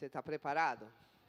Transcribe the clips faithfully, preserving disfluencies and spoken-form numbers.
Você está preparado?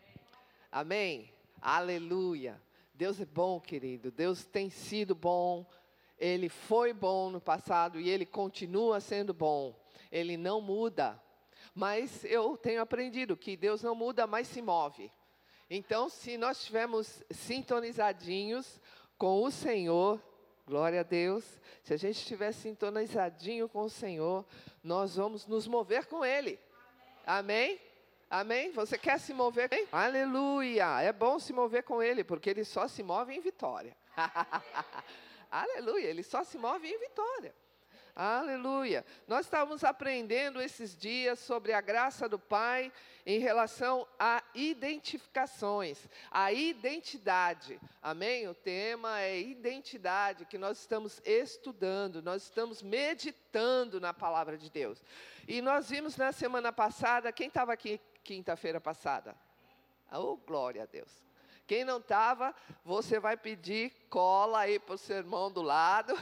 Amém? Aleluia. Deus é bom, querido. Deus tem sido bom. Ele foi bom no passado e Ele continua sendo bom. Ele não muda. Mas eu tenho aprendido que Deus não muda, mas se move. Então, se nós estivermos sintonizadinhos com o Senhor, glória a Deus, se a gente estiver sintonizadinho com o Senhor, nós vamos nos mover com Ele. Amém? Amém? Você quer se mover? Amém? Aleluia! É bom se mover com Ele, porque Ele só se move em vitória. Aleluia! Ele só se move em vitória. Aleluia! Nós estávamos aprendendo esses dias sobre a graça do Pai em relação a identificações, a identidade. Amém? O tema é identidade, que nós estamos estudando, nós estamos meditando na palavra de Deus. E nós vimos na semana passada, quem estava aqui quinta-feira passada? Oh, glória a Deus! Quem não estava, você vai pedir cola aí para o seu irmão do lado,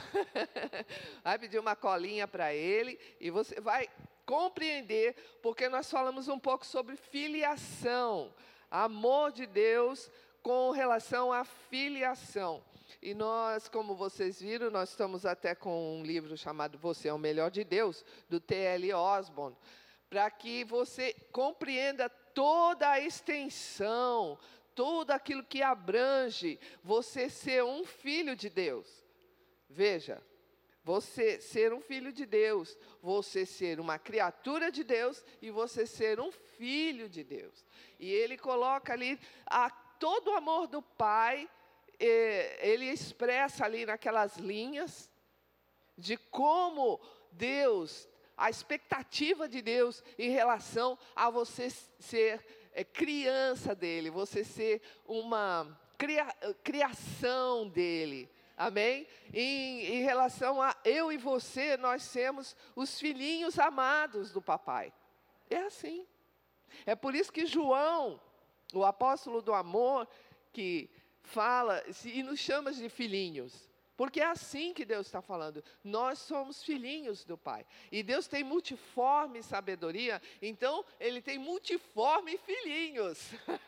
vai pedir uma colinha para ele, e você vai compreender, porque nós falamos um pouco sobre filiação, amor de Deus com relação à filiação. E nós, como vocês viram, nós estamos até com um livro chamado Você é o Melhor de Deus, do T L Osborne, para que você compreenda toda a extensão, tudo aquilo que abrange você ser um filho de Deus. Veja, você ser um filho de Deus, você ser uma criatura de Deus e você ser um filho de Deus. E ele coloca ali a, todo o amor do Pai, eh, ele expressa ali naquelas linhas de como Deus, a expectativa de Deus em relação a você ser é criança dele, você ser uma cria, criação dele, amém? Em, em relação a eu e você, nós somos os filhinhos amados do papai. É assim. É por isso que João, o apóstolo do amor, que fala e nos chama de filhinhos. Porque é assim que Deus está falando. Nós somos filhinhos do Pai. E Deus tem multiforme sabedoria, então Ele tem multiforme filhinhos.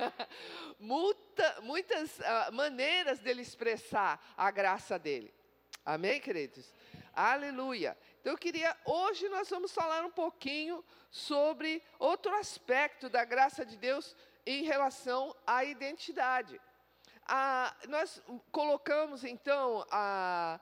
Muita, muitas uh, maneiras dele expressar a graça dele. Amém, queridos? Aleluia. Então eu queria, hoje nós vamos falar um pouquinho sobre outro aspecto da graça de Deus em relação à identidade. Ah, nós colocamos, então, para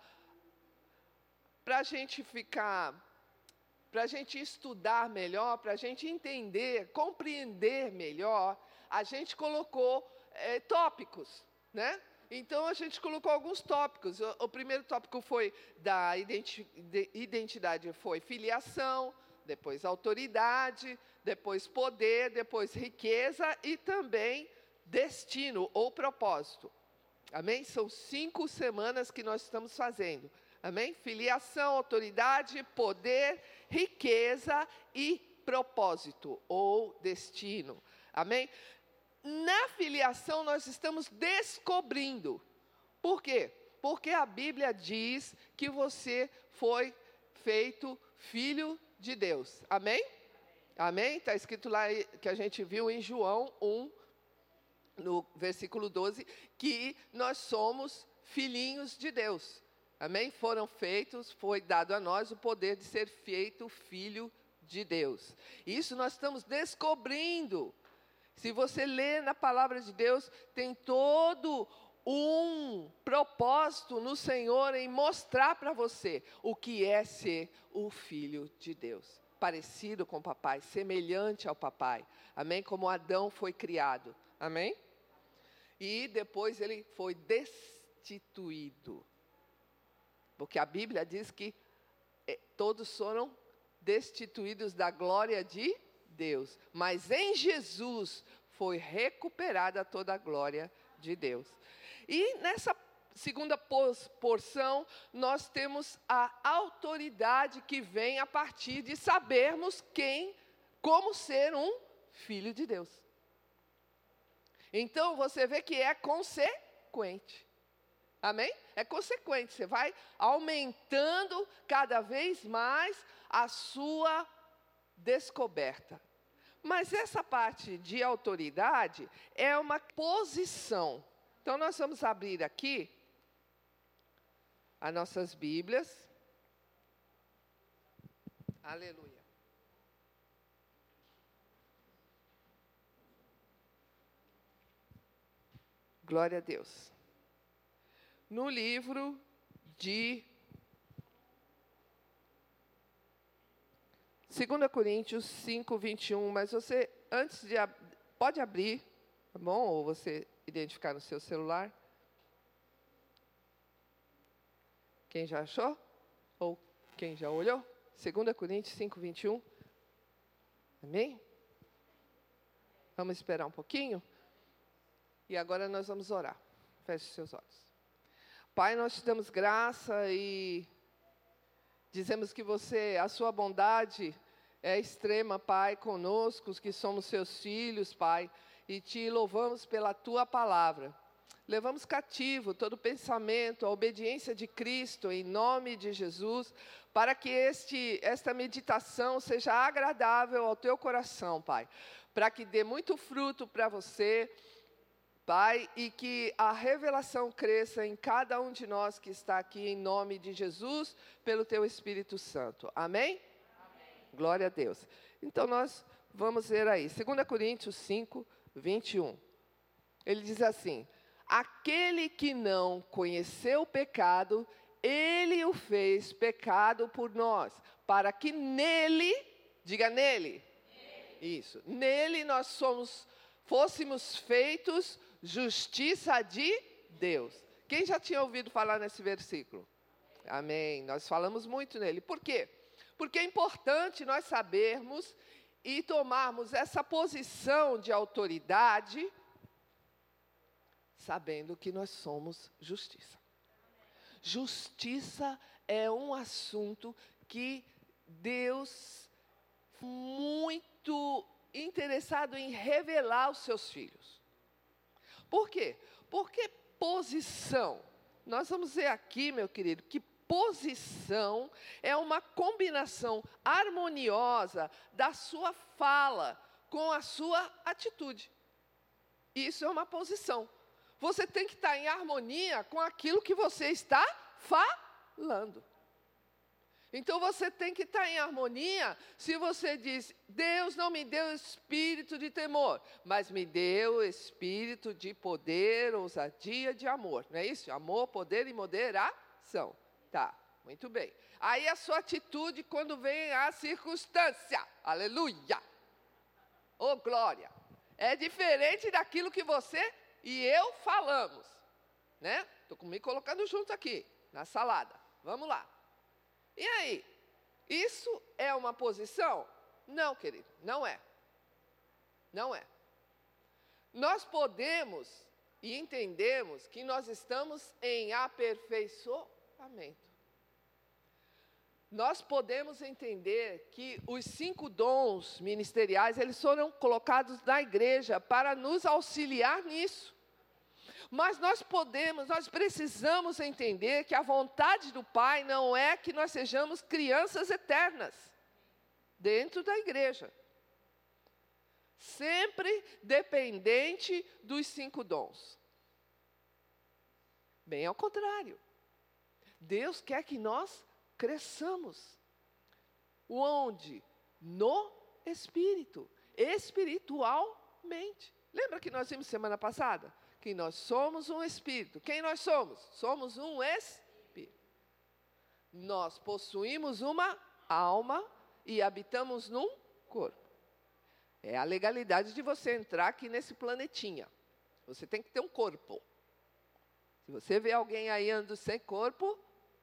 a gente ficar, para a gente estudar melhor, para a gente entender, compreender melhor, a gente colocou é, tópicos, né? Então, a gente colocou alguns tópicos. O, o primeiro tópico foi da identi de identidade, foi filiação, depois autoridade, depois poder, depois riqueza e também destino ou propósito. Amém? São cinco semanas que nós estamos fazendo. Amém? Filiação, autoridade, poder, riqueza e propósito ou destino. Amém? Na filiação nós estamos descobrindo. Por quê? Porque a Bíblia diz que você foi feito filho de Deus. Amém? Amém? Está escrito lá que a gente viu em João um, no versículo doze, que nós somos filhinhos de Deus. Amém? Foram feitos, foi dado a nós o poder de ser feito filho de Deus. Isso nós estamos descobrindo. Se você lê na palavra de Deus, tem todo um propósito no Senhor em mostrar para você o que é ser o filho de Deus. Parecido com o papai, semelhante ao papai. Amém? Como Adão foi criado. Amém? E depois ele foi destituído. Porque a Bíblia diz que eh, todos foram destituídos da glória de Deus. Mas em Jesus foi recuperada toda a glória de Deus. E nessa segunda porção, nós temos a autoridade que vem a partir de sabermos quem, como ser um filho de Deus. Então, você vê que é consequente. Amém? É consequente. Você vai aumentando cada vez mais a sua descoberta. Mas essa parte de autoridade é uma posição. Então, nós vamos abrir aqui as nossas Bíblias. Aleluia. Glória a Deus. No livro de dois Coríntios cinco, vinte e um, mas você, antes de, ab- pode abrir, tá bom? Ou você identificar no seu celular. Quem já achou? Ou quem já olhou? dois Coríntios cinco, vinte e um. Amém? Vamos esperar um pouquinho? E agora nós vamos orar. Feche os seus olhos. Pai, nós te damos graça e dizemos que você, a sua bondade é extrema, Pai, conosco, os que somos seus filhos, Pai, e te louvamos pela tua palavra. Levamos cativo todo pensamento, a obediência de Cristo, em nome de Jesus, para que este, esta meditação seja agradável ao teu coração, Pai, para que dê muito fruto para você, Pai, e que a revelação cresça em cada um de nós que está aqui, em nome de Jesus, pelo Teu Espírito Santo. Amém? Amém. Glória a Deus. Então, nós vamos ver aí, dois Coríntios cinco, vinte e um. Ele diz assim: aquele que não conheceu o pecado, Ele o fez pecado por nós, para que nele, diga nele, nele. Isso, nele nós somos, fôssemos feitos justiça de Deus. Quem já tinha ouvido falar nesse versículo? Amém. Nós falamos muito nele. Por quê? Porque é importante nós sabermos e tomarmos essa posição de autoridade, sabendo que nós somos justiça. Justiça é um assunto que Deus é muito interessado em revelar aos seus filhos. Por quê? Porque posição, nós vamos ver aqui, meu querido, que posição é uma combinação harmoniosa da sua fala com a sua atitude. Isso é uma posição. Você tem que estar em harmonia com aquilo que você está falando. Então, você tem que estar em harmonia se você diz: Deus não me deu espírito de temor, mas me deu espírito de poder, ousadia, de amor. Não é isso? Amor, poder e moderação. Tá, muito bem. Aí a sua atitude quando vem a circunstância. Aleluia! Oh, glória! É diferente daquilo que você e eu falamos. Né? Estou me colocando junto aqui, na salada. Vamos lá. E aí, isso é uma posição? Não, querido, não é. Não é. Nós podemos e entendemos que nós estamos em aperfeiçoamento. Nós podemos entender que os cinco dons ministeriais, eles foram colocados na igreja para nos auxiliar nisso. Mas nós podemos, nós precisamos entender que a vontade do Pai não é que nós sejamos crianças eternas dentro da igreja. Sempre dependente dos cinco dons. Bem ao contrário. Deus quer que nós cresçamos. Onde? No Espírito. Espiritualmente. Lembra que nós vimos semana passada? Que nós somos um espírito. Quem nós somos? Somos um espírito. Nós possuímos uma alma e habitamos num corpo. É a legalidade de você entrar aqui nesse planetinha. Você tem que ter um corpo. Se você vê alguém aí andando sem corpo,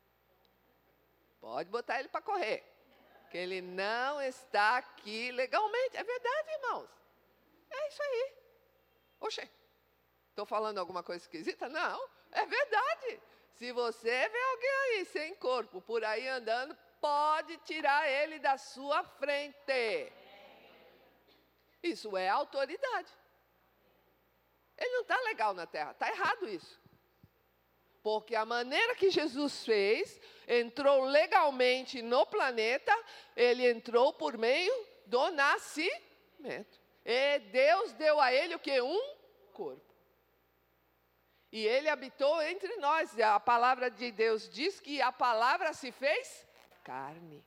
pode botar ele para correr. Porque ele não está aqui legalmente. É verdade, irmãos. É isso aí. Oxê. Estou falando alguma coisa esquisita? Não, é verdade. Se você vê alguém aí sem corpo, por aí andando, pode tirar ele da sua frente. Isso é autoridade. Ele não está legal na terra, está errado isso. Porque a maneira que Jesus fez, entrou legalmente no planeta, ele entrou por meio do nascimento. corpamento. E Deus deu a ele o quê? Um corpo. E ele habitou entre nós. A palavra de Deus diz que a palavra se fez carne.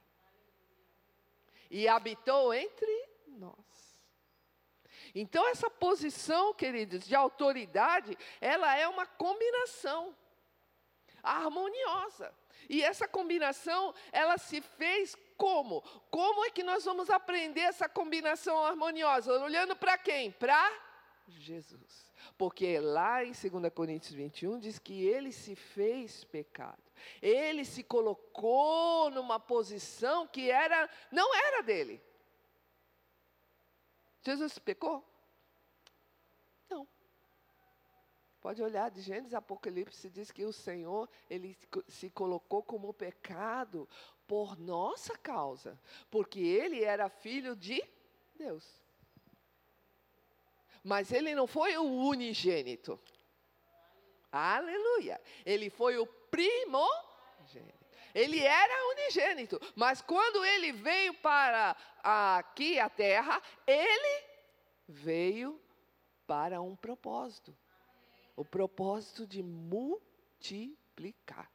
E habitou entre nós. Então, essa posição, queridos, de autoridade, ela é uma combinação harmoniosa. E essa combinação, ela se fez como? Como é que nós vamos aprender essa combinação harmoniosa? Olhando para quem? Para Jesus. Porque lá em dois Coríntios vinte e um diz que ele se fez pecado. Ele se colocou numa posição que era, não era dele. Jesus pecou? Não. Pode olhar de Gênesis, Apocalipse, diz que o Senhor, ele se colocou como pecado por nossa causa, porque ele era filho de Deus. Mas ele não foi o unigênito. Aleluia. Ele foi o primogênito. Ele era unigênito, mas quando ele veio para aqui a terra, ele veio para um propósito. O propósito de multiplicar.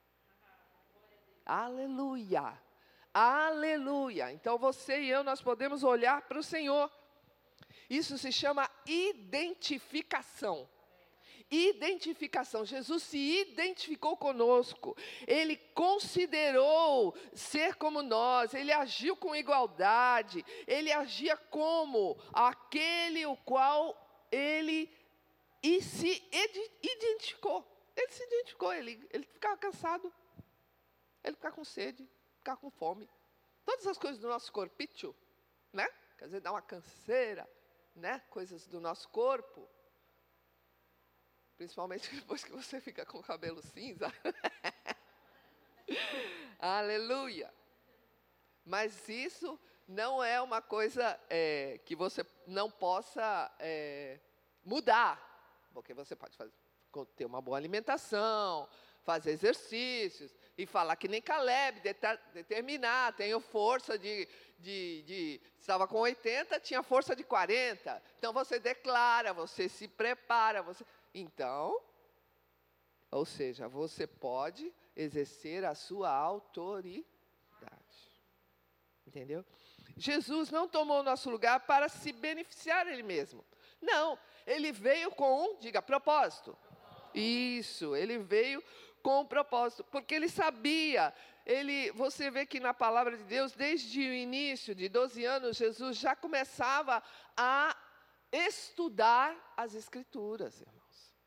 Aleluia. Aleluia. Então você e eu, nós podemos olhar para o Senhor. Isso se chama identificação. Identificação. Jesus se identificou conosco. Ele considerou ser como nós. Ele agiu com igualdade. Ele agia como aquele o qual ele e se identificou. Ele se identificou. Ele, ele ficava cansado. Ele ficava com sede. Ficava com fome. Todas as coisas do nosso corpício, né? Quer dizer, dá uma canseira, né? Coisas do nosso corpo. Principalmente depois que você fica com o cabelo cinza. Aleluia. Mas isso não é uma coisa é, que você não possa é, mudar. Porque você pode fazer, ter uma boa alimentação, fazer exercícios, e falar que nem Caleb, determinar, tenho força de, de, de... Estava com oitenta, tinha força de quarenta. Então você declara, você se prepara, você... Então, ou seja, você pode exercer a sua autoridade. Entendeu? Jesus não tomou o nosso lugar para se beneficiar ele mesmo. Não, ele veio com um, diga, propósito. Isso, ele veio com um propósito, porque ele sabia, ele, você vê que na palavra de Deus, desde o início de doze anos, Jesus já começava a estudar as Escrituras, irmãos.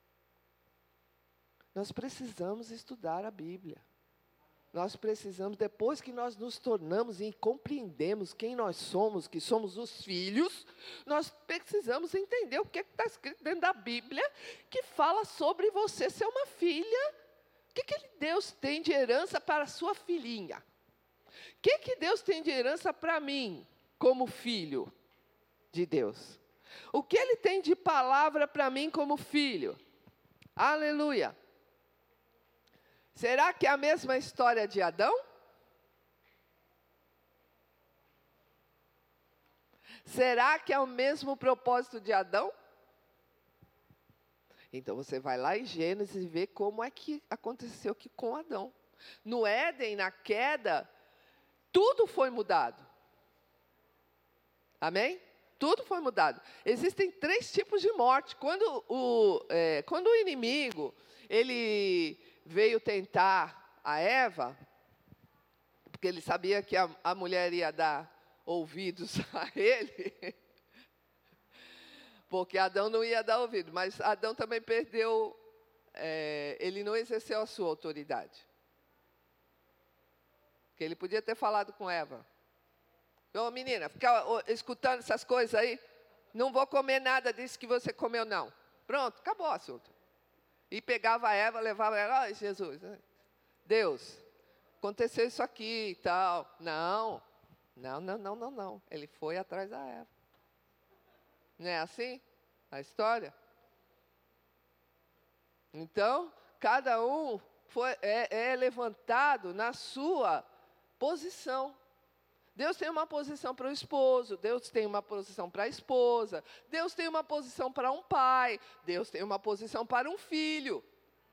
Nós precisamos estudar a Bíblia. Nós precisamos, depois que nós nos tornamos e compreendemos quem nós somos, que somos os filhos, nós precisamos entender o que é está escrito dentro da Bíblia, que fala sobre você ser uma filha. O que, que Deus tem de herança para a sua filhinha? O que, que Deus tem de herança para mim, como filho de Deus? O que Ele tem de palavra para mim como filho? Aleluia. Será que é a mesma história de Adão? Será que é o mesmo propósito de Adão? Então você vai lá em Gênesis e vê como é que aconteceu que com Adão. No Éden, na queda, tudo foi mudado. Amém? Tudo foi mudado. Existem três tipos de morte. Quando o, é, quando o inimigo ele veio tentar a Eva, porque ele sabia que a, a mulher ia dar ouvidos a ele, porque Adão não ia dar ouvido, mas Adão também perdeu, é, ele não exerceu a sua autoridade. Porque ele podia ter falado com Eva. Ô menina, fica escutando essas coisas aí, não vou comer nada disso que você comeu não. Pronto, acabou o assunto. E pegava a Eva, levava ela, ai Jesus, Deus, aconteceu isso aqui e tal. Não, não, não, não, não, não. Ele foi atrás da Eva. Não é assim a história? Então, cada um foi, é, é levantado na sua posição. Deus tem uma posição para o esposo, Deus tem uma posição para a esposa, Deus tem uma posição para um pai, Deus tem uma posição para um filho.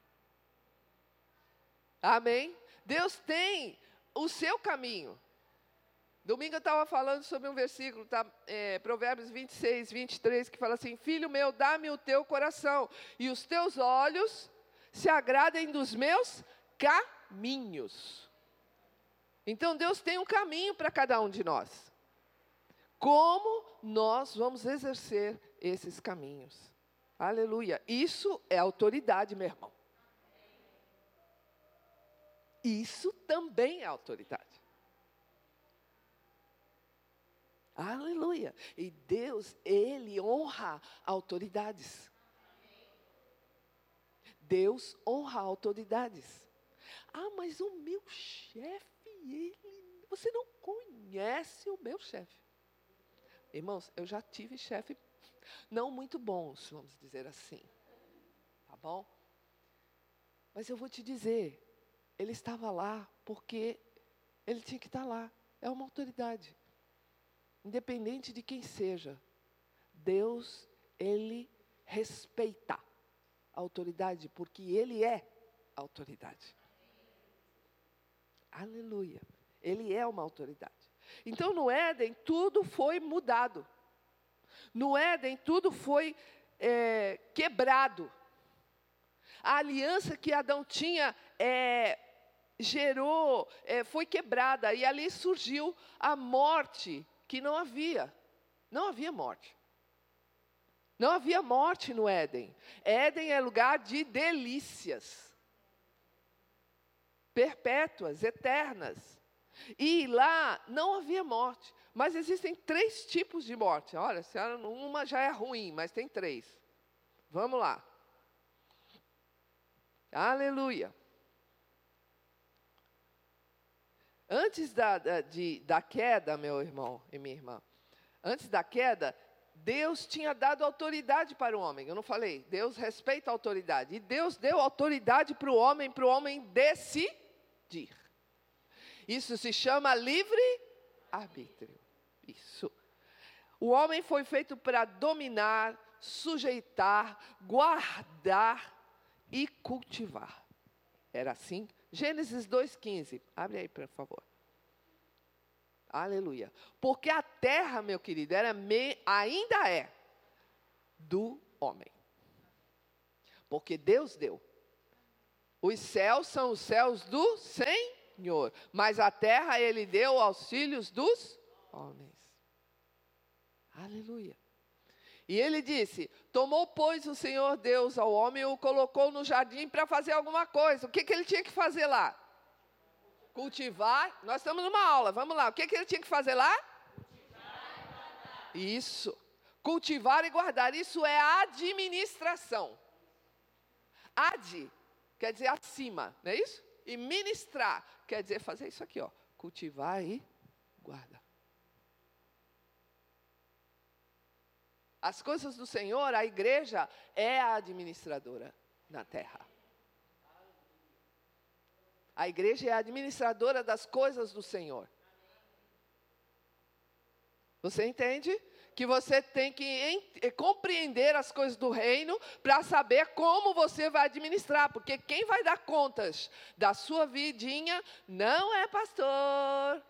Amém? Deus tem o seu caminho. Domingo eu estava falando sobre um versículo, tá? é, Provérbios vinte e seis, vinte e três, que fala assim: filho meu, dá-me o teu coração, e os teus olhos se agradem dos meus caminhos. Então Deus tem um caminho para cada um de nós. Como nós vamos exercer esses caminhos? Aleluia. Isso é autoridade, meu irmão. Isso também é autoridade. Aleluia. E Deus, Ele honra autoridades. Deus honra autoridades. Ah, mas o meu chefe, ele, você não conhece o meu chefe. Irmãos, eu já tive chefe não muito bons, vamos dizer assim. Tá bom? Mas eu vou te dizer, ele estava lá porque ele tinha que estar lá. É uma autoridade. Independente de quem seja, Deus, Ele respeita a autoridade, porque Ele é a autoridade. Aleluia. Ele é uma autoridade. Então, no Éden, tudo foi mudado. No Éden, tudo foi é, quebrado. A aliança que Adão tinha é, gerou, é, foi quebrada. E ali surgiu a morte que não havia. Não havia morte. Não havia morte no Éden. Éden é lugar de delícias. Perpétuas, eternas. E lá não havia morte. Mas existem três tipos de morte. Olha, uma já é ruim, mas tem três. Vamos lá. Aleluia. Antes da, da, de, da queda, meu irmão e minha irmã, antes da queda, Deus tinha dado autoridade para o homem. Eu não falei? Deus respeita a autoridade. E Deus deu autoridade para o homem, para o homem decidir. Isso se chama livre-arbítrio. Isso. O homem foi feito para dominar, sujeitar, guardar e cultivar. Era assim? Gênesis dois, quinze. Abre aí, por favor. Aleluia. Porque a terra, meu querido, era me, ainda é do homem. Porque Deus deu. Os céus são os céus do Senhor. Mas a terra Ele deu aos filhos dos homens. Aleluia. E ele disse: tomou, pois, o Senhor Deus ao homem e o colocou no jardim para fazer alguma coisa. O que, que ele tinha que fazer lá? Cultivar. Nós estamos numa aula, vamos lá. O que, que ele tinha que fazer lá? Cultivar e guardar. Isso. Cultivar e guardar. Isso é administração. Ad quer dizer acima, não é isso? E ministrar quer dizer fazer isso aqui, ó. Cultivar e guardar. As coisas do Senhor, a igreja é a administradora na terra. A igreja é a administradora das coisas do Senhor. Você entende? Que você tem que em, compreender as coisas do reino para saber como você vai administrar. Porque quem vai dar contas da sua vidinha não é pastor.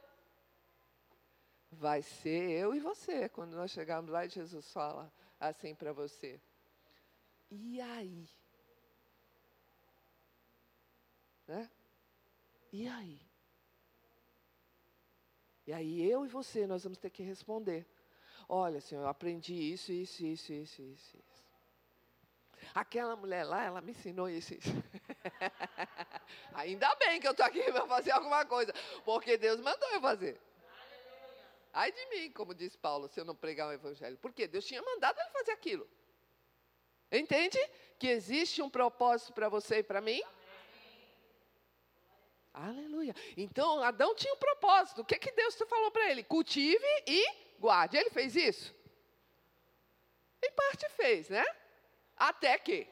Vai ser eu e você, quando nós chegarmos lá e Jesus fala assim para você. E aí? Né? E aí? E aí eu e você, nós vamos ter que responder. Olha, Senhor, eu aprendi isso, isso, isso, isso, isso, isso. Aquela mulher lá, ela me ensinou isso, isso. Ainda bem que eu estou aqui para fazer alguma coisa, porque Deus mandou eu fazer. Ai de mim, como diz Paulo, se eu não pregar o evangelho. Porque Deus tinha mandado ele fazer aquilo. Entende? Que existe um propósito para você e para mim? Amém. Aleluia. Então, Adão tinha um propósito. O que, que Deus falou para ele? Cultive e guarde. Ele fez isso? Em parte fez, né? Até que.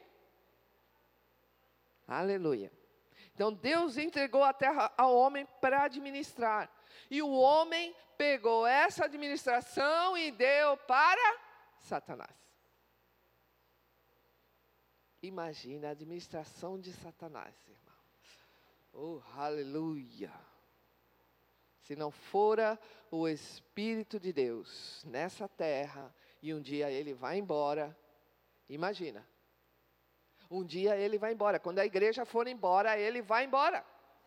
Aleluia. Então, Deus entregou a terra ao homem para administrar. E o homem pegou essa administração e deu para Satanás. Imagina a administração de Satanás, irmão. Oh, aleluia! Se não fora o Espírito de Deus nessa terra, e um dia ele vai embora, imagina. Um dia ele vai embora. Quando a igreja for embora, ele vai embora.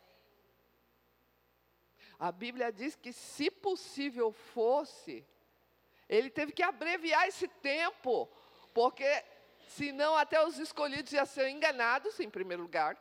A Bíblia diz que, se possível fosse, ele teve que abreviar esse tempo, porque senão até os escolhidos iam ser enganados, em primeiro lugar,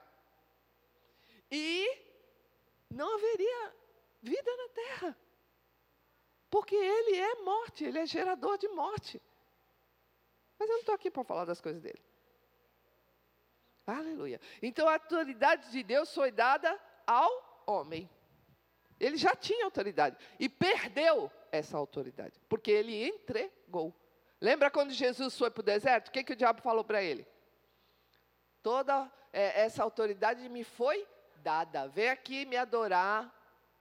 e não haveria vida na terra, porque ele é morte, ele é gerador de morte. Mas eu não estou aqui para falar das coisas dele. Aleluia. Então a autoridade de Deus foi dada ao homem. Ele já tinha autoridade e perdeu essa autoridade, porque ele entregou. Lembra quando Jesus foi para o deserto? O que, que o diabo falou para ele? Toda é, essa autoridade me foi dada. Vem aqui me adorar.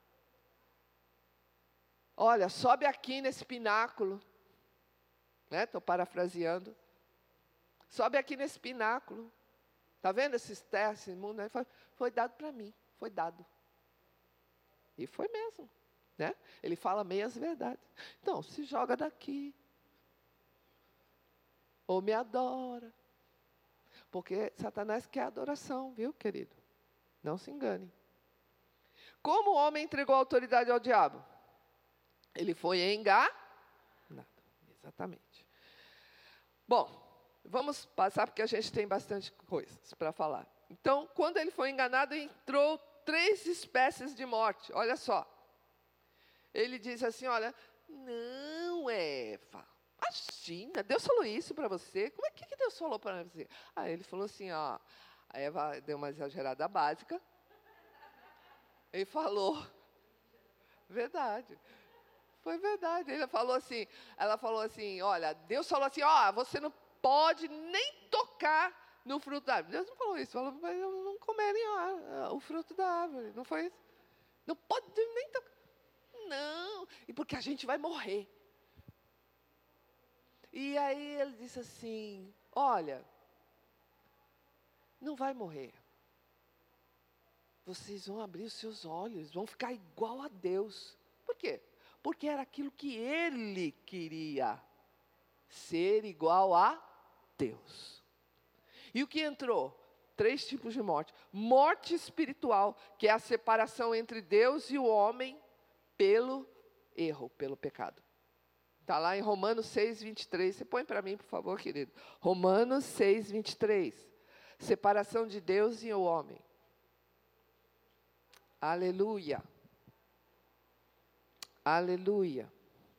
Olha, sobe aqui nesse pináculo. Estou né? parafraseando. Sobe aqui nesse pináculo. Está vendo esses terras, esse mundo? Né? Foi, foi dado para mim, foi dado. E foi mesmo. Né? Ele fala meias verdades. Então, se joga daqui. Ou me adora. Porque Satanás quer adoração, viu, querido? Não se engane. Como o homem entregou a autoridade ao diabo? Ele foi enganado. Exatamente. Bom, vamos passar porque a gente tem bastante coisas para falar. Então, quando ele foi enganado, entrou três espécies de morte. Olha só. Ele diz assim, olha, não, Eva, imagina, Deus falou isso para você. Como é que Deus falou para você? Aí ele falou assim, ó, a Eva deu uma exagerada básica. Ele falou, verdade. Foi verdade. Ele falou assim, ela falou assim, olha, Deus falou assim, ó, você não pode nem tocar no fruto da árvore. Deus não falou isso, falou para eles não comerem ó, o fruto da árvore. Não foi isso? Não pode nem tocar. Não, e porque a gente vai morrer. E aí ele disse assim, olha, não vai morrer. Vocês vão abrir os seus olhos, vão ficar igual a Deus. Por quê? Porque era aquilo que ele queria, ser igual a Deus. E o que entrou? Três tipos de morte. Morte espiritual, que é a separação entre Deus e o homem pelo erro, pelo pecado. Está lá em Romanos seis, vinte e três. Você põe para mim, por favor, querido. Romanos seis, vinte e três. Separação de Deus e o homem. Aleluia. Aleluia.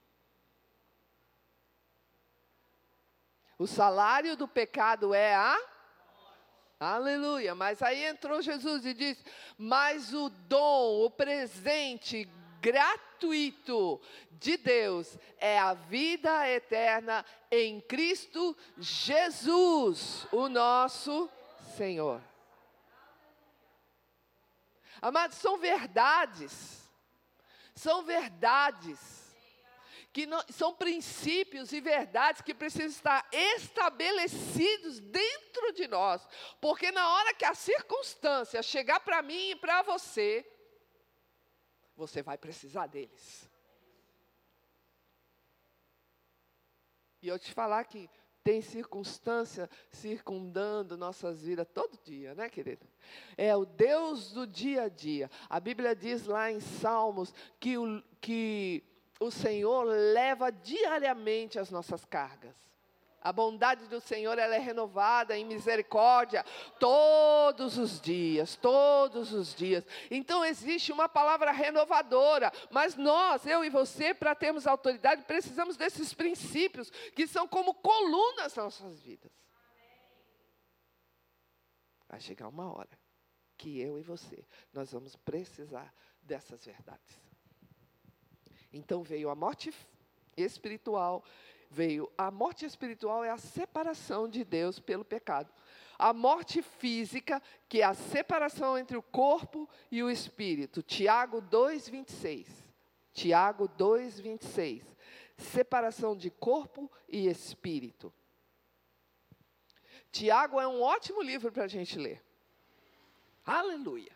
O salário do pecado é a... Aleluia. Mas aí entrou Jesus e disse, mas o dom, o presente gratuito de Deus é a vida eterna em Cristo Jesus, o nosso Senhor. Amados, são verdades, são verdades, que não, são princípios e verdades que precisam estar estabelecidos dentro de nós, porque na hora que a circunstância chegar para mim e para você, você vai precisar deles. E eu te falar que tem circunstância circundando nossas vidas todo dia, né, querido? É o Deus do dia a dia. A Bíblia diz lá em Salmos que o, que o Senhor leva diariamente as nossas cargas. A bondade do Senhor, ela é renovada em misericórdia todos os dias, todos os dias. Então existe uma palavra renovadora, mas nós, eu e você, para termos autoridade, precisamos desses princípios que são como colunas nas nossas vidas. Vai chegar uma hora que eu e você, nós vamos precisar dessas verdades. Então veio a morte espiritual. Veio, a morte espiritual é a separação de Deus pelo pecado. A morte física, que é a separação entre o corpo e o espírito. Tiago dois, vinte e seis. Tiago dois, vinte e seis. Separação de corpo e espírito. Tiago é um ótimo livro para a gente ler. Aleluia.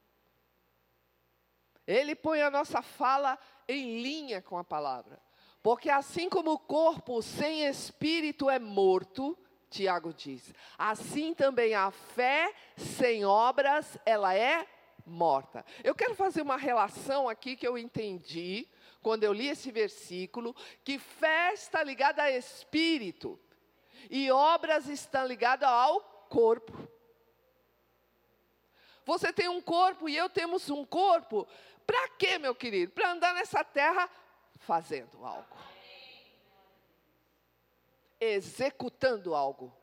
Ele põe a nossa fala em linha com a palavra. Porque assim como o corpo sem espírito é morto, Tiago diz, assim também a fé sem obras, ela é morta. Eu quero fazer uma relação aqui que eu entendi, quando eu li esse versículo, que fé está ligada a espírito, e obras estão ligadas ao corpo. Você tem um corpo e eu temos um corpo. Para quê, meu querido? Para andar nessa terra fazendo algo. Executando algo.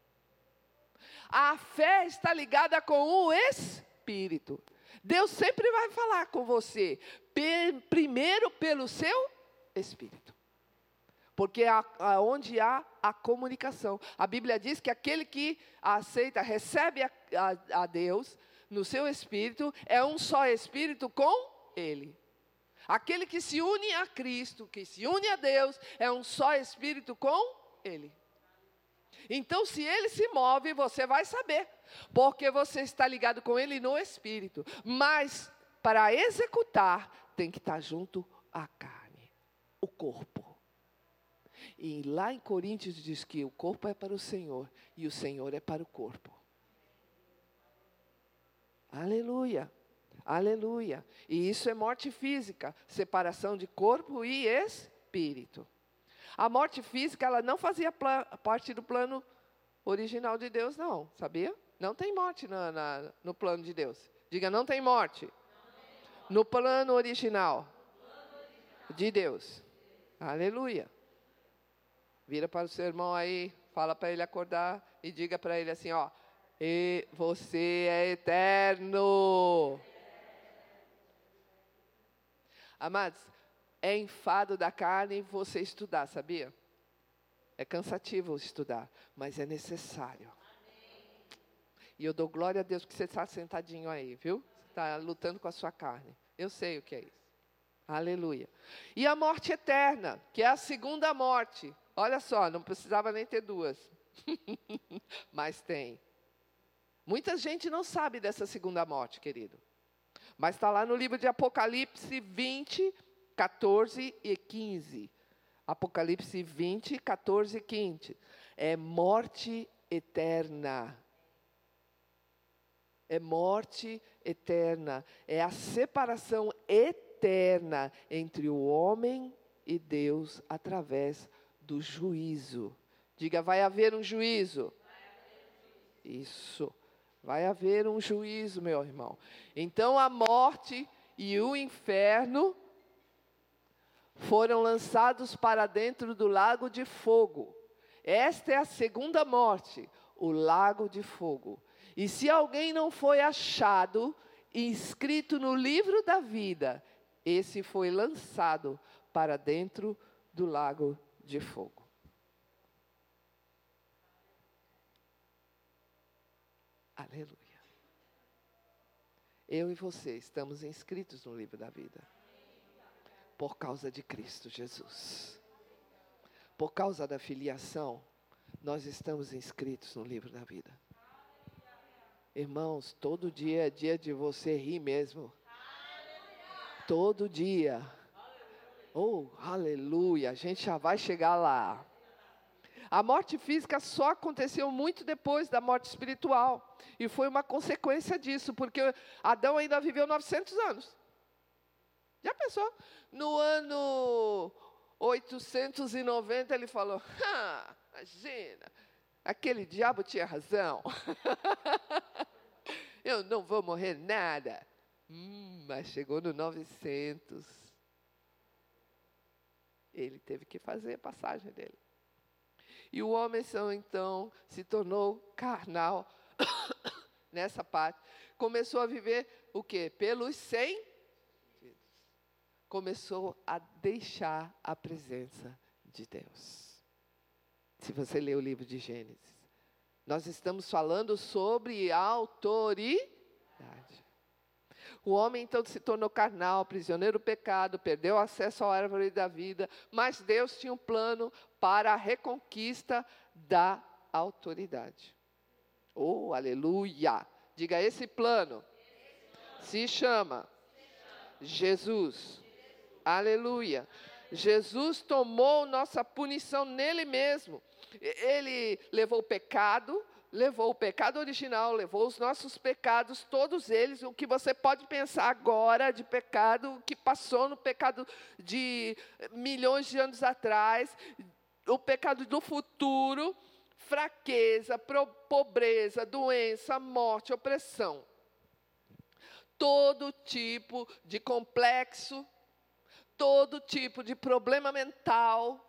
A fé está ligada com o espírito. Deus sempre vai falar com você, pe- primeiro pelo seu espírito. Porque é onde há a comunicação. A Bíblia diz que aquele que aceita, recebe a, a, a Deus no seu espírito, é um só espírito com Ele. Aquele que se une a Cristo, que se une a Deus, é um só espírito com Ele. Então, se Ele se move, você vai saber, porque você está ligado com Ele no espírito. Mas, para executar, tem que estar junto à carne, o corpo. E lá em Coríntios diz que o corpo é para o Senhor, e o Senhor é para o corpo. Aleluia, aleluia. E isso é morte física, separação de corpo e espírito. A morte física, ela não fazia pla- parte do plano original de Deus, não, sabia? Não tem morte na, na, no plano de Deus. Diga, não tem morte. No plano original de Deus. Aleluia. Vira para o seu irmão aí, fala para ele acordar e diga para ele assim, ó, e você é eterno. Amados, é enfado da carne você estudar, sabia? É cansativo estudar, mas é necessário. E eu dou glória a Deus que você está sentadinho aí, viu? Você está lutando com a sua carne. Eu sei o que é isso. Aleluia. E a morte eterna, que é a segunda morte. Olha só, não precisava nem ter duas. Mas tem. Muita gente não sabe dessa segunda morte, querido. Mas está lá no livro de Apocalipse vinte, catorze e quinze. Apocalipse vinte, catorze e quinze. É morte eterna. É morte eterna. É a separação eterna entre o homem e Deus através do juízo. Diga, vai haver um juízo. Isso. Vai haver um juízo, meu irmão. Então a morte e o inferno foram lançados para dentro do lago de fogo. Esta é a segunda morte, o lago de fogo. E se alguém não foi achado, inscrito no livro da vida, esse foi lançado para dentro do lago de fogo. Aleluia. Eu e você estamos inscritos no livro da vida. Por causa de Cristo Jesus. Por causa da filiação, nós estamos inscritos no livro da vida. Irmãos, todo dia é dia de você rir mesmo. Todo dia. Oh, aleluia. A gente já vai chegar lá. A morte física só aconteceu muito depois da morte espiritual. E foi uma consequência disso, porque Adão ainda viveu novecentos anos. Já pensou? No ano oitocentos e noventa ele falou, ah, imagina, aquele diabo tinha razão. Eu não vou morrer nada. Hum, mas chegou no novecentos. Ele teve que fazer a passagem dele. E o homem, então, se tornou carnal nessa parte. Começou a viver o quê? Pelos sentidos. Começou a deixar a presença de Deus. Se você ler o livro de Gênesis. Nós estamos falando sobre autoridade. O homem, então, se tornou carnal, prisioneiro do pecado, perdeu acesso à árvore da vida, mas Deus tinha um plano para a reconquista da autoridade. Oh, aleluia! Diga, esse plano se chama Jesus. Aleluia! Jesus tomou nossa punição nele mesmo. Ele levou o pecado, levou o pecado original, levou os nossos pecados, todos eles, o que você pode pensar agora de pecado, o que passou no pecado de milhões de anos atrás, o pecado do futuro, fraqueza, pobreza, doença, morte, opressão. Todo tipo de complexo, todo tipo de problema mental.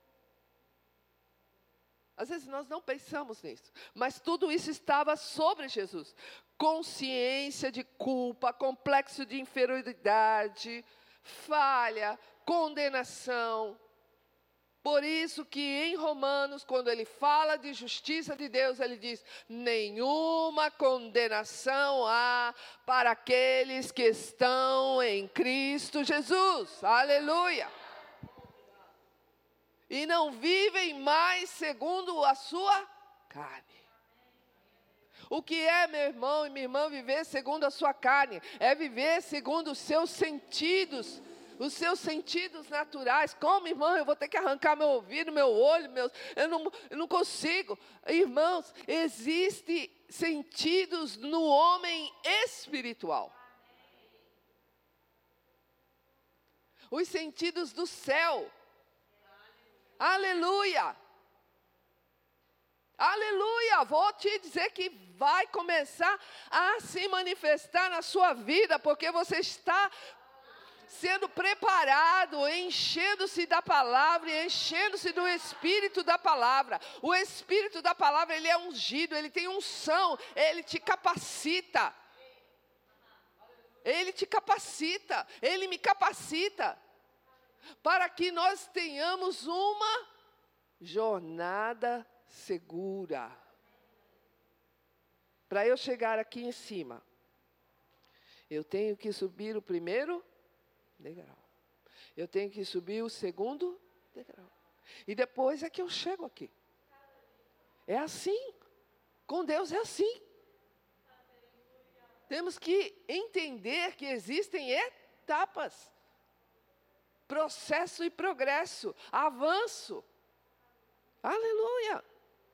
Às vezes nós não pensamos nisso, mas tudo isso estava sobre Jesus. Consciência de culpa, complexo de inferioridade, falha, condenação. Por isso que em Romanos, quando ele fala de justiça de Deus, ele diz: nenhuma condenação há para aqueles que estão em Cristo Jesus. Aleluia! E não vivem mais segundo a sua carne. O que é, meu irmão e minha irmã, viver segundo a sua carne? É viver segundo os seus sentidos, os seus sentidos naturais. Como, irmão, eu vou ter que arrancar meu ouvido, meu olho, meus, eu, não, eu não consigo. Irmãos, existem sentidos no homem espiritual. Os sentidos do céu. Aleluia! Aleluia! Vou te dizer que vai começar a se manifestar na sua vida, porque você está sendo preparado, enchendo-se da palavra e enchendo-se do Espírito da palavra. O Espírito da palavra, ele é ungido, ele tem unção, ele te capacita. Ele te capacita, ele me capacita, para que nós tenhamos uma jornada segura. Para eu chegar aqui em cima, eu tenho que subir o primeiro degrau. Eu tenho que subir o segundo degrau. E depois é que eu chego aqui. É assim. Com Deus é assim. Temos que entender que existem etapas. Processo e progresso. Avanço. Aleluia.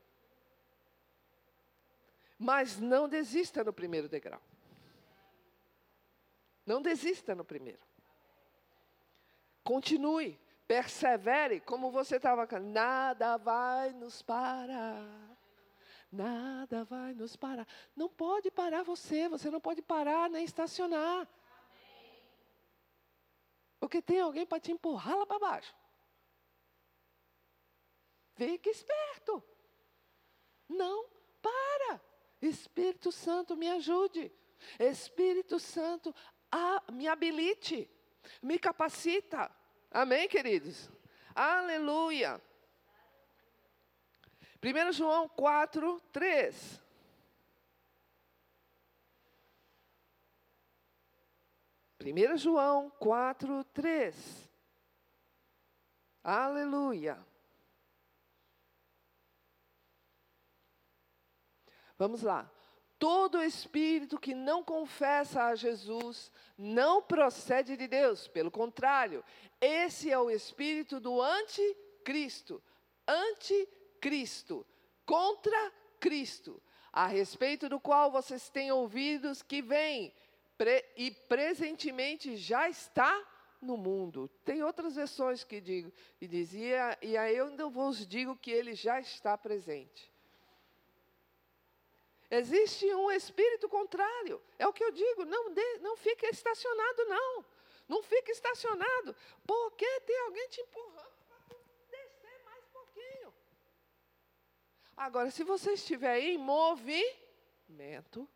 Mas não desista no primeiro degrau. Não desista no primeiro. Continue, persevere, como você estava cantando. Nada vai nos parar. Nada vai nos parar. Não pode parar você, você não pode parar nem estacionar. Porque tem alguém para te empurrar lá para baixo. Fique esperto. Não para. Espírito Santo, me ajude. Espírito Santo, ah, me habilite. Me capacita. Amém, queridos? Aleluia. primeiro João quatro, três. primeiro João quatro, três. Aleluia. Vamos lá. Todo espírito que não confessa a Jesus não procede de Deus. Pelo contrário, esse é o espírito do anticristo. Anticristo. Contra Cristo. A respeito do qual vocês têm ouvidos que vem pre, e presentemente já está no mundo. Tem outras versões que digo, e dizia, e aí eu ainda vos digo que ele já está presente. Existe um espírito contrário. É o que eu digo, não, de, não fique estacionado, não. Não fique estacionado, porque tem alguém te empurrando para descer mais um pouquinho. Agora, se você estiver em movimento,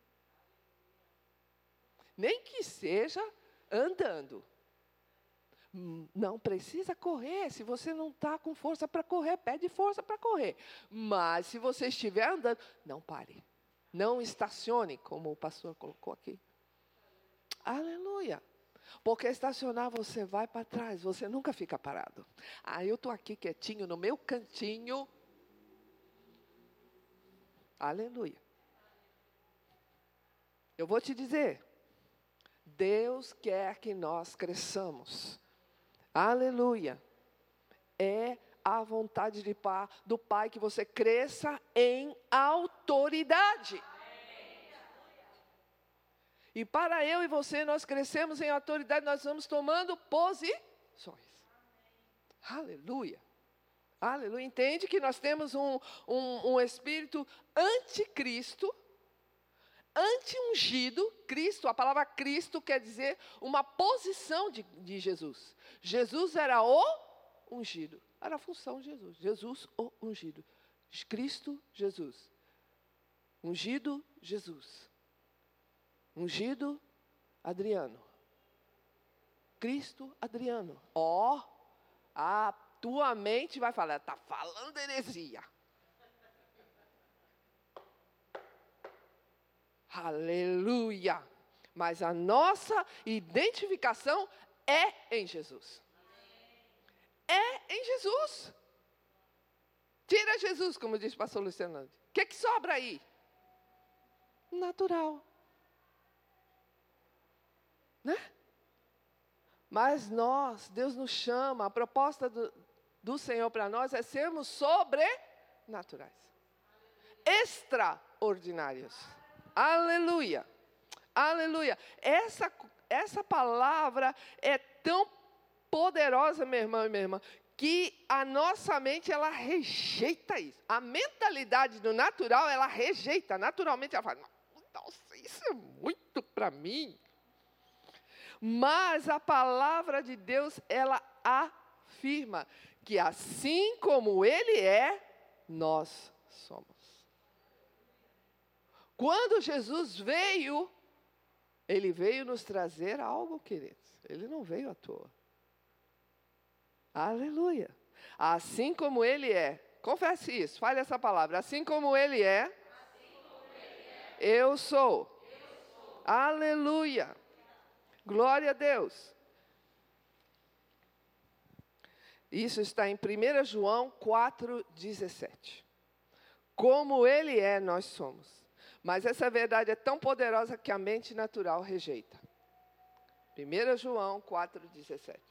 nem que seja andando, não precisa correr. Se você não está com força para correr, pede força para correr. Mas se você estiver andando, não pare. Não estacione, como o pastor colocou aqui. Aleluia. Porque estacionar você vai para trás, você nunca fica parado. Ah, eu estou aqui quietinho no meu cantinho. Aleluia. Eu vou te dizer, Deus quer que nós cresçamos. Aleluia. É a vontade de pai, do Pai que você cresça em autoridade. E para eu e você, nós crescemos em autoridade, nós vamos tomando posições. Aleluia. Aleluia. Entende que nós temos um, um, um espírito anticristo, anti-ungido. Cristo, a palavra Cristo quer dizer uma posição de, de Jesus. Jesus era o ungido. Era a função de Jesus. Jesus, o ungido. Cristo, Jesus. Ungido, Jesus. Ungido, Adriano. Cristo, Adriano. Ó, oh, a tua mente vai falar, está falando heresia. Aleluia. Mas a nossa identificação é em Jesus. É em Jesus. Tira Jesus, como disse o pastor Luciano. O que, que sobra aí? Natural. Né? Mas nós, Deus nos chama, a proposta do, do Senhor para nós é sermos sobrenaturais. Extraordinários. Aleluia. Aleluia. Essa, essa palavra é tão poderosa, meu irmão e minha irmã, que a nossa mente, ela rejeita isso. A mentalidade do natural, ela rejeita. Naturalmente, ela fala, nossa, isso é muito para mim. Mas a palavra de Deus, ela afirma que assim como Ele é, nós somos. Quando Jesus veio, Ele veio nos trazer algo, queridos. Ele não veio à toa. Aleluia. Assim como Ele é. Confesse isso, fale essa palavra. Assim como Ele é, assim como ele é eu, sou. eu sou. Aleluia. Glória a Deus. Isso está em primeira João quatro, dezessete. Como Ele é, nós somos. Mas essa verdade é tão poderosa que a mente natural rejeita. primeira João quatro, dezessete.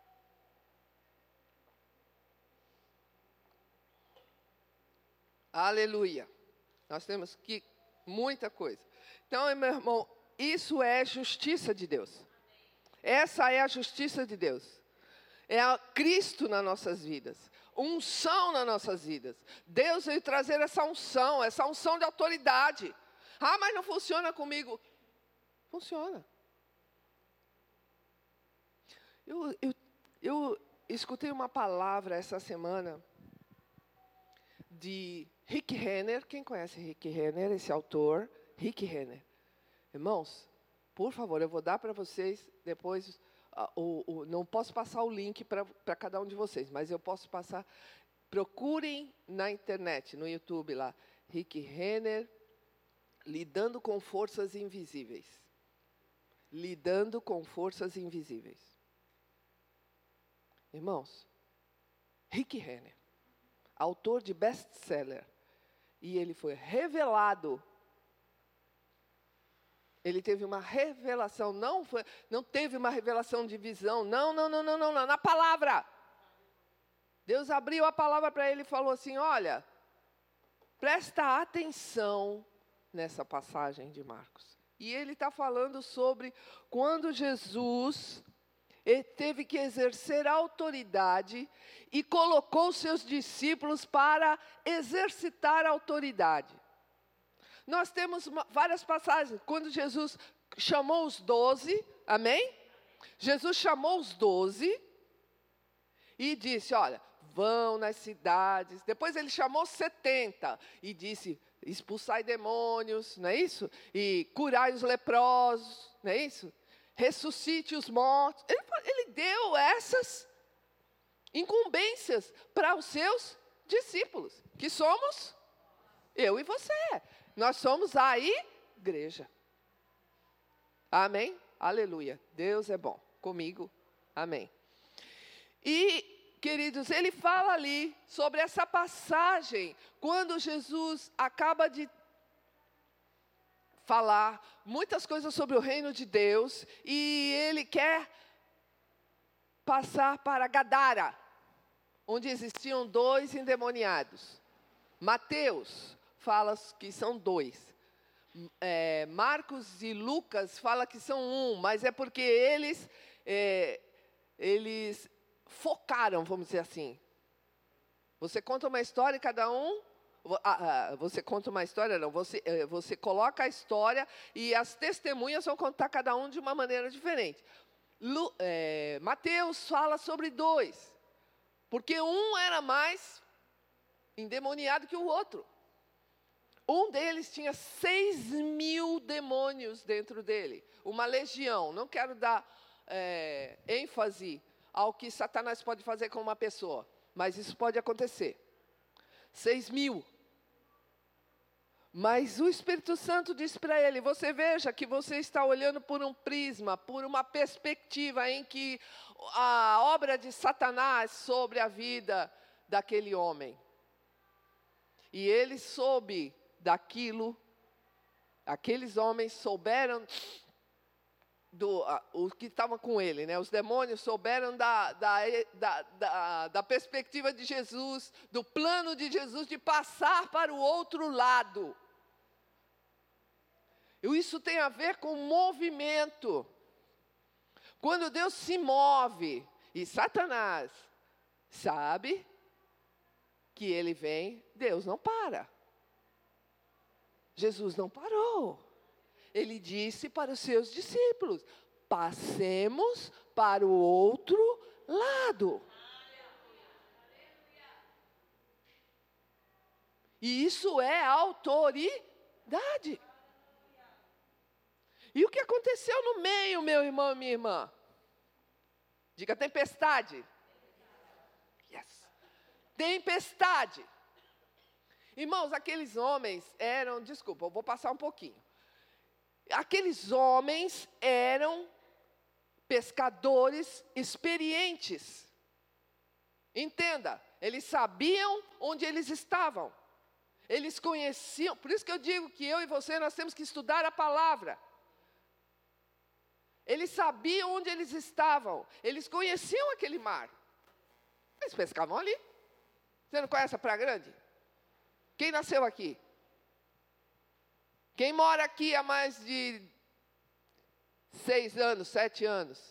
Aleluia. Nós temos que muita coisa. Então, meu irmão, isso é justiça de Deus. Essa é a justiça de Deus. É a Cristo nas nossas vidas. Unção nas nossas vidas. Deus veio trazer essa unção, essa unção de autoridade. Ah, mas não funciona comigo. Funciona. Eu, eu, eu escutei uma palavra essa semana de Rick Renner. Quem conhece Rick Renner, esse autor? Rick Renner. Irmãos, por favor, eu vou dar para vocês depois, uh, o, o, não posso passar o link para cada um de vocês, mas eu posso passar, procurem na internet, no YouTube lá, Rick Renner, lidando com forças invisíveis. Lidando com forças invisíveis. Irmãos, Rick Renner, autor de best-seller, e ele foi revelado. Ele teve uma revelação, não, foi, não teve uma revelação de visão, não, não, não, não, não, não, na palavra. Deus abriu a palavra para ele e falou assim, olha, presta atenção nessa passagem de Marcos. E ele está falando sobre quando Jesus teve que exercer autoridade e colocou seus discípulos para exercitar a autoridade. Nós temos uma, várias passagens, quando Jesus chamou os doze, amém? Jesus chamou os doze e disse, olha, vão nas cidades. Depois ele chamou setenta e disse, expulsai demônios, não é isso? E curai os leprosos, não é isso? Ressuscite os mortos. Ele, ele deu essas incumbências para os seus discípulos, que somos eu e você. Nós somos a igreja. Amém? Aleluia. Deus é bom. Comigo. Amém. E, queridos, ele fala ali sobre essa passagem, quando Jesus acaba de falar muitas coisas sobre o reino de Deus, e ele quer passar para Gadara, onde existiam dois endemoniados. Mateus fala que são dois. É, Marcos e Lucas fala que são um, mas é porque eles, é, eles focaram, vamos dizer assim. Você conta uma história e cada um... Ah, você conta uma história, não. Você, você coloca a história e as testemunhas vão contar cada um de uma maneira diferente. Lu, é, Mateus fala sobre dois, porque um era mais endemoniado que o outro. Um deles tinha seis mil demônios dentro dele, uma legião. Não quero dar é, ênfase ao que Satanás pode fazer com uma pessoa, mas isso pode acontecer. Seis mil. Mas o Espírito Santo disse para ele, você veja que você está olhando por um prisma, por uma perspectiva em que a obra de Satanás sobre a vida daquele homem. E ele soube daquilo, aqueles homens souberam, do, uh, os que estavam com ele, né? Os demônios souberam da, da, da, da, da perspectiva de Jesus, do plano de Jesus de passar para o outro lado. E isso tem a ver com movimento. Quando Deus se move, e Satanás sabe que ele vem, Deus não para. Jesus não parou. Ele disse para os seus discípulos, passemos para o outro lado. E isso é autoridade. E o que aconteceu no meio, meu irmão e minha irmã? Diga tempestade. Yes. Tempestade. Irmãos, aqueles homens eram, desculpa, eu vou passar um pouquinho. Aqueles homens eram pescadores experientes. Entenda, eles sabiam onde eles estavam. Eles conheciam, por isso que eu digo que eu e você, nós temos que estudar a palavra. Eles sabiam onde eles estavam. Eles conheciam aquele mar. Eles pescavam ali. Você não conhece a Praia Grande? Quem nasceu aqui? Quem mora aqui há mais de seis anos, sete anos?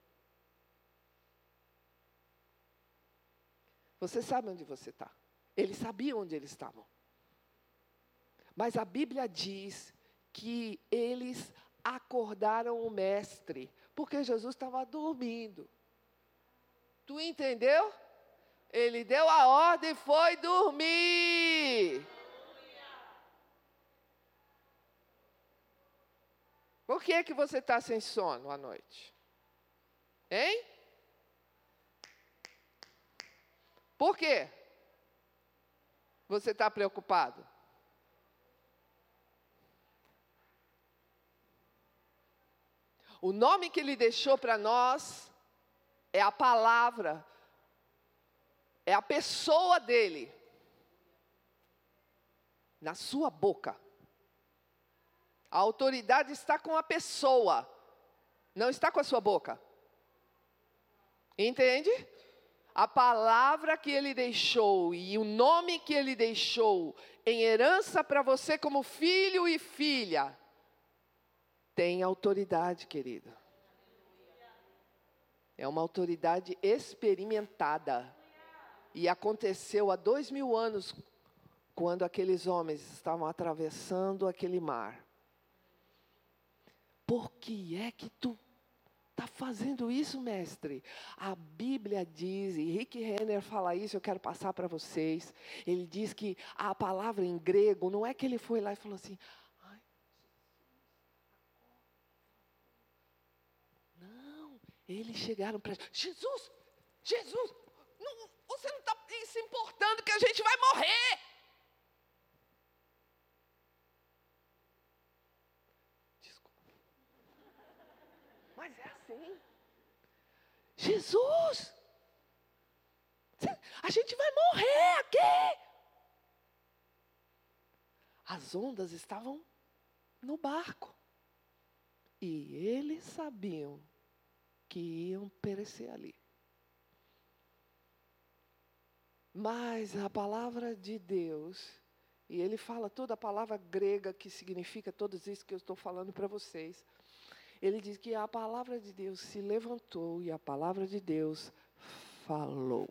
Você sabe onde você está. Eles sabiam onde eles estavam. Mas a Bíblia diz que eles acordaram o mestre, porque Jesus estava dormindo. Tu entendeu? Ele deu a ordem e foi dormir. Por que é que você está sem sono à noite? Hein? Por quê? Você está preocupado? O nome que ele deixou para nós é a palavra, é a pessoa dele, na sua boca. A autoridade está com a pessoa, não está com a sua boca. Entende? A palavra que ele deixou e o nome que ele deixou em herança para você como filho e filha, tem autoridade, querido. É uma autoridade experimentada. E aconteceu há dois mil anos, quando aqueles homens estavam atravessando aquele mar. Por que é que tu está fazendo isso, mestre? A Bíblia diz, e Rick Renner fala isso, eu quero passar para vocês. Ele diz que a palavra em grego, não é que ele foi lá e falou assim, ai, não, eles chegaram para Jesus, Jesus, não, você não está se importando que a gente vai morrer. Mas é assim. Jesus, a gente vai morrer aqui. As ondas estavam no barco. E eles sabiam que iam perecer ali. Mas a palavra de Deus, e ele fala toda a palavra grega que significa tudo isso que eu estou falando para vocês. Ele diz que a palavra de Deus se levantou e a palavra de Deus falou.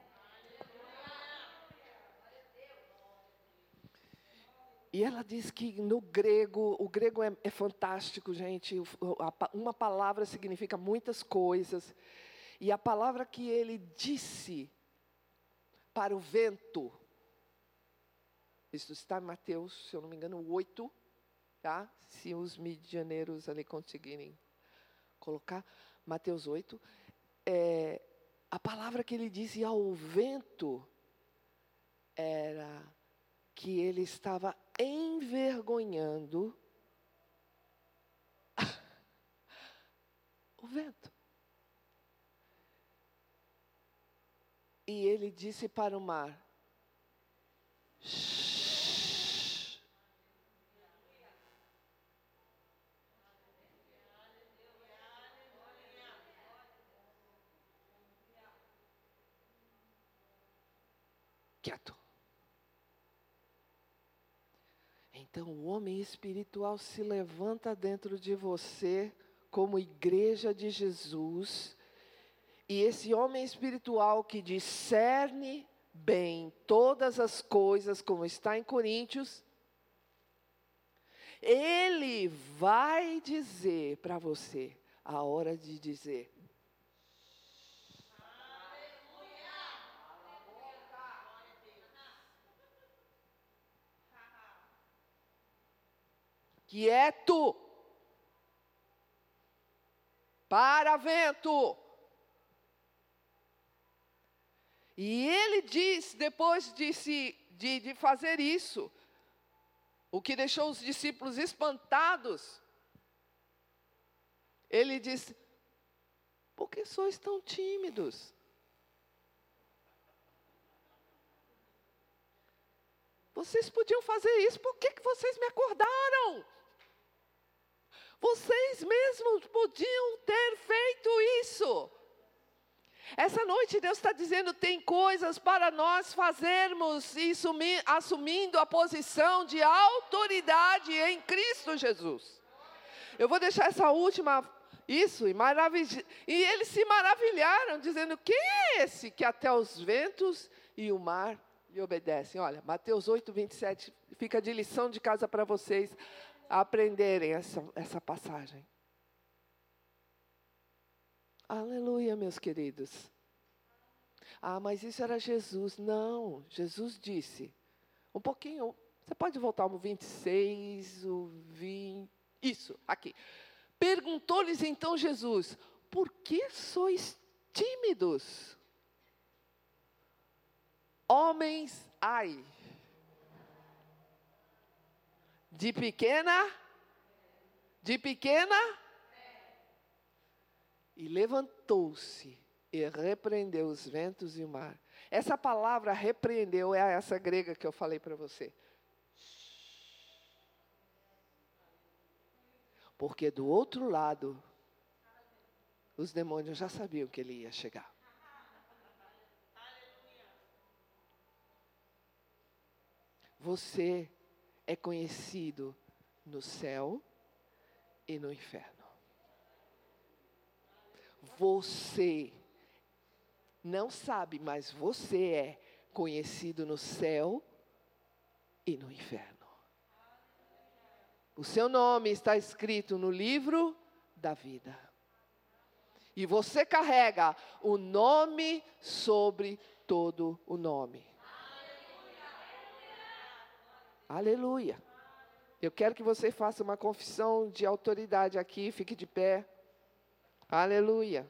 E ela diz que no grego, o grego é, é fantástico, gente. Uma palavra significa muitas coisas. E a palavra que ele disse para o vento, isso está em Mateus, se eu não me engano, oito, tá? Se os midianeiros ali conseguirem colocar, Mateus oito. É, a palavra que ele disse ao vento era que ele estava envergonhando o vento. E ele disse para o mar: shh. Quieto. Então, o homem espiritual se levanta dentro de você como igreja de Jesus. E esse homem espiritual que discerne bem todas as coisas, como está em Coríntios, ele vai dizer para você a hora de dizer. Quieto. Para, vento. E ele diz, depois de, se, de, de fazer isso, o que deixou os discípulos espantados, ele diz: por que sois tão tímidos? Vocês podiam fazer isso, por que, que vocês me acordaram? Vocês mesmos podiam ter feito isso. Essa noite Deus está dizendo, tem coisas para nós fazermos e sumir, assumindo a posição de autoridade em Cristo Jesus. Eu vou deixar essa última, isso, e, maravilha, e eles se maravilharam, dizendo, quem é esse que até os ventos e o mar lhe obedecem? Olha, Mateus oito, vinte e sete, fica de lição de casa para vocês aprenderem essa, essa passagem. Aleluia, meus queridos. Ah, mas isso era Jesus. Não, Jesus disse. Um pouquinho, você pode voltar ao vinte e seis, o vinte... Isso, aqui. Perguntou-lhes então Jesus, por que sois tímidos? Homens, ai, de pequena, de pequena, e levantou-se e repreendeu os ventos e o mar. Essa palavra repreendeu é essa grega que eu falei para você. Porque do outro lado, os demônios já sabiam que ele ia chegar. Você é conhecido no céu e no inferno. Você não sabe, mas você é conhecido no céu e no inferno. O seu nome está escrito no livro da vida. E você carrega o nome sobre todo o nome. Aleluia. Eu quero que você faça uma confissão de autoridade aqui. Fique de pé. Aleluia.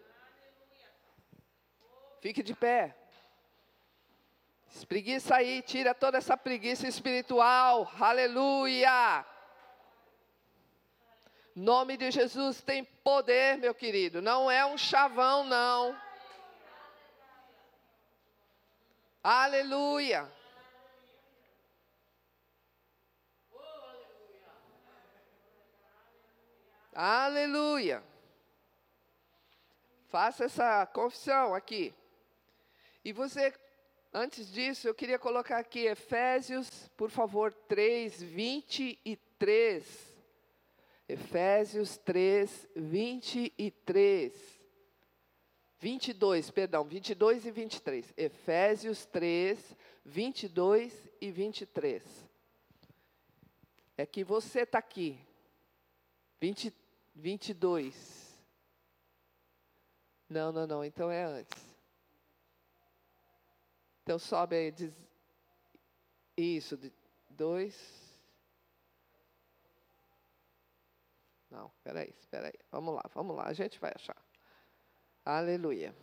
Fique de pé. Espreguiça aí. Tira toda essa preguiça espiritual. Aleluia. Nome de Jesus tem poder, meu querido. Não é um chavão, não. Aleluia. Aleluia. Faça essa confissão aqui. E você, antes disso, eu queria colocar aqui Efésios, por favor, três, vinte e três. Efésios três, vinte e três. vinte e dois, perdão, vinte e dois e vinte e três. Efésios três, vinte e dois e vinte e três. É que você está aqui. vinte, vinte e dois. Não, não, não, então é antes. Então sobe aí, diz, isso, dois. Não, espera aí, espera aí. Vamos lá, vamos lá, a gente vai achar. Aleluia.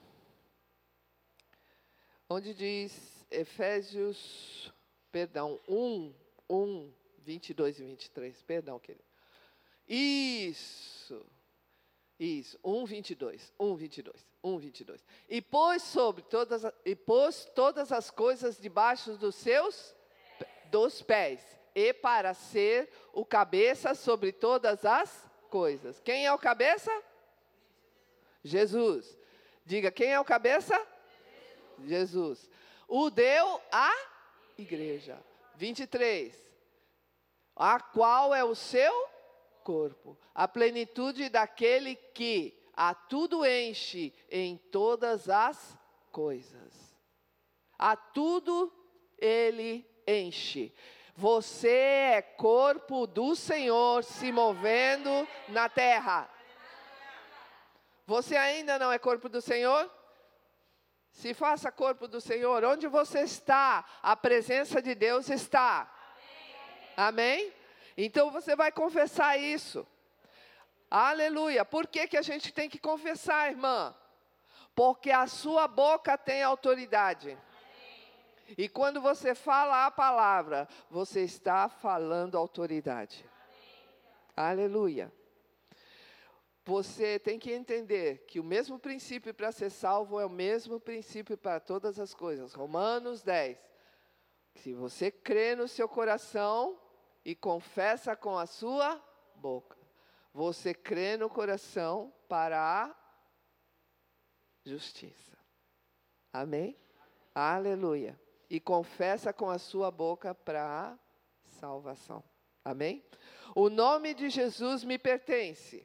Onde diz Efésios, perdão, um, um, vinte e dois e vinte e três, perdão, querido. Isso, isso, um, vinte e dois, um, vinte e dois, um, vinte e dois. E pôs sobre todas, e pôs todas as coisas debaixo dos seus, dos pés, e para ser o cabeça sobre todas as coisas. Quem é o cabeça? Jesus. Diga, quem é o cabeça? Jesus. Jesus. O deu à igreja. vinte e três. A qual é o seu corpo, a plenitude daquele que a tudo enche em todas as coisas. A tudo ele enche. Você é corpo do Senhor se movendo na terra. Você ainda não é corpo do Senhor? Se faça corpo do Senhor. Onde você está, a presença de Deus está. Amém? Amém? Então você vai confessar isso. Aleluia. Por que que a gente tem que confessar, irmã? Porque a sua boca tem autoridade. E quando você fala a palavra, você está falando autoridade. Aleluia. Você tem que entender que o mesmo princípio para ser salvo é o mesmo princípio para todas as coisas. Romanos dez. Se você crê no seu coração e confessa com a sua boca, você crê no coração para a justiça. Amém? Aleluia. E confessa com a sua boca para a salvação. Amém? O nome de Jesus me pertence.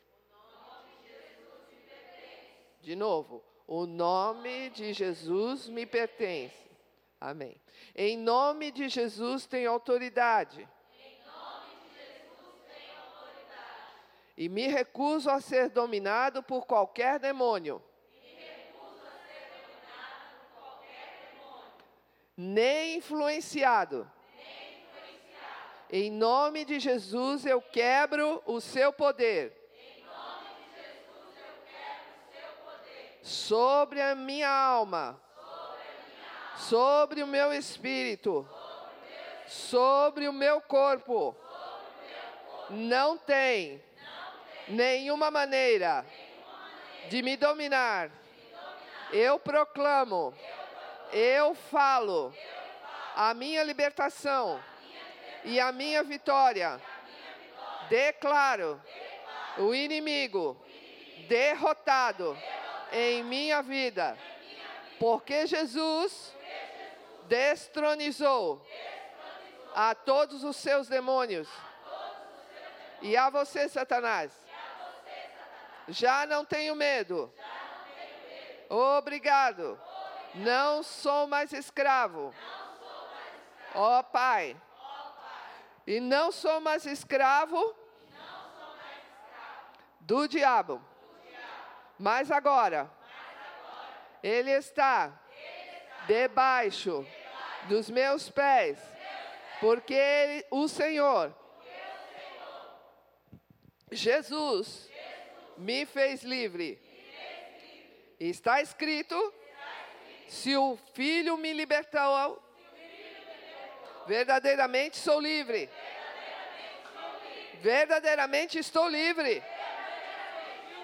De novo, o nome de Jesus me pertence. Amém. Em nome de Jesus tem autoridade. Em nome de Jesus tem autoridade. E me recuso a ser dominado por qualquer demônio. Me recuso a ser dominado por qualquer demônio. Nem influenciado. Nem influenciado. Em nome de Jesus eu quebro o seu poder. Sobre a minha alma, sobre, a minha alma, sobre o meu espírito, sobre o meu corpo, sobre o meu corpo. Não tem, não tem nenhuma, maneira nenhuma maneira de me dominar. De me dominar. Eu, proclamo, eu proclamo, eu falo, eu falo a minha libertação, a minha libertação e a minha vitória. A minha vitória. Declaro, declaro o inimigo, o inimigo derrotado. derrotado. Em minha vida, porque Jesus destronizou a todos os seus demônios e a você, Satanás. Já não tenho medo. Obrigado. Não sou mais escravo. Ó Pai. E não sou mais escravo do diabo. Mas agora, Mas agora ele, está ele está debaixo, debaixo dos meus pés, meus pés porque, ele, o Senhor, porque o Senhor Jesus, Jesus me fez livre. Me fez livre. Está, escrito, está escrito, se o Filho me libertou, libertou verdadeiramente sou livre. Verdadeiramente, sou livre. Verdadeiramente estou livre.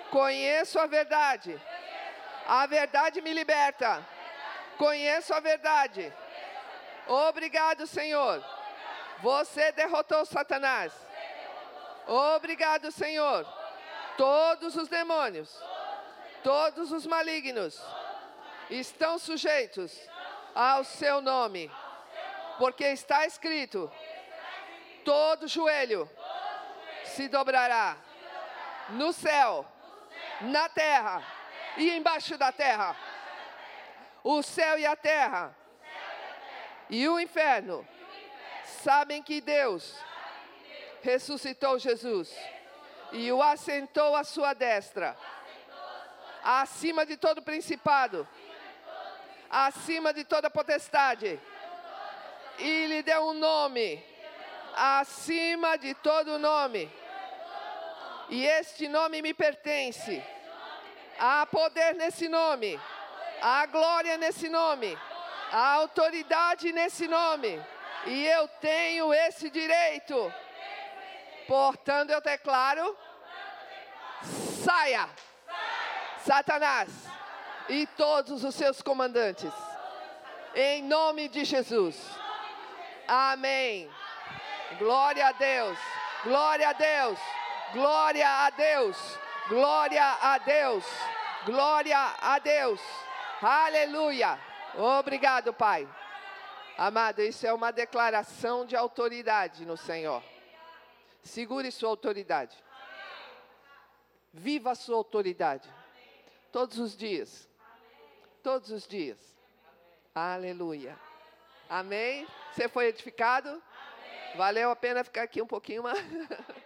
Conheço a verdade. A verdade me liberta. Conheço a verdade. Obrigado, Senhor. Você derrotou Satanás. Obrigado, Senhor. Todos os demônios, todos os malignos estão sujeitos ao seu nome. Porque está escrito: todo joelho se dobrará no céu, na terra e embaixo da terra. O céu e a terra e o inferno sabem que Deus ressuscitou Jesus e o assentou à sua destra, acima de todo principado, acima de toda potestade, e lhe deu um nome, acima de todo nome. E este nome me pertence. Há poder nesse nome, há glória nesse nome, há autoridade nesse nome. E eu tenho esse direito. Portanto, eu declaro: saia, Satanás e todos os seus comandantes. Em nome de Jesus. Amém. Glória a Deus. Glória a Deus. Glória a Deus. Glória a Deus. Glória a Deus. Aleluia. Obrigado, Pai. Amado, isso é uma declaração de autoridade no Senhor. Segure sua autoridade. Viva a sua autoridade. Todos os dias. Todos os dias. Aleluia. Amém? Você foi edificado? Valeu a pena ficar aqui um pouquinho mais?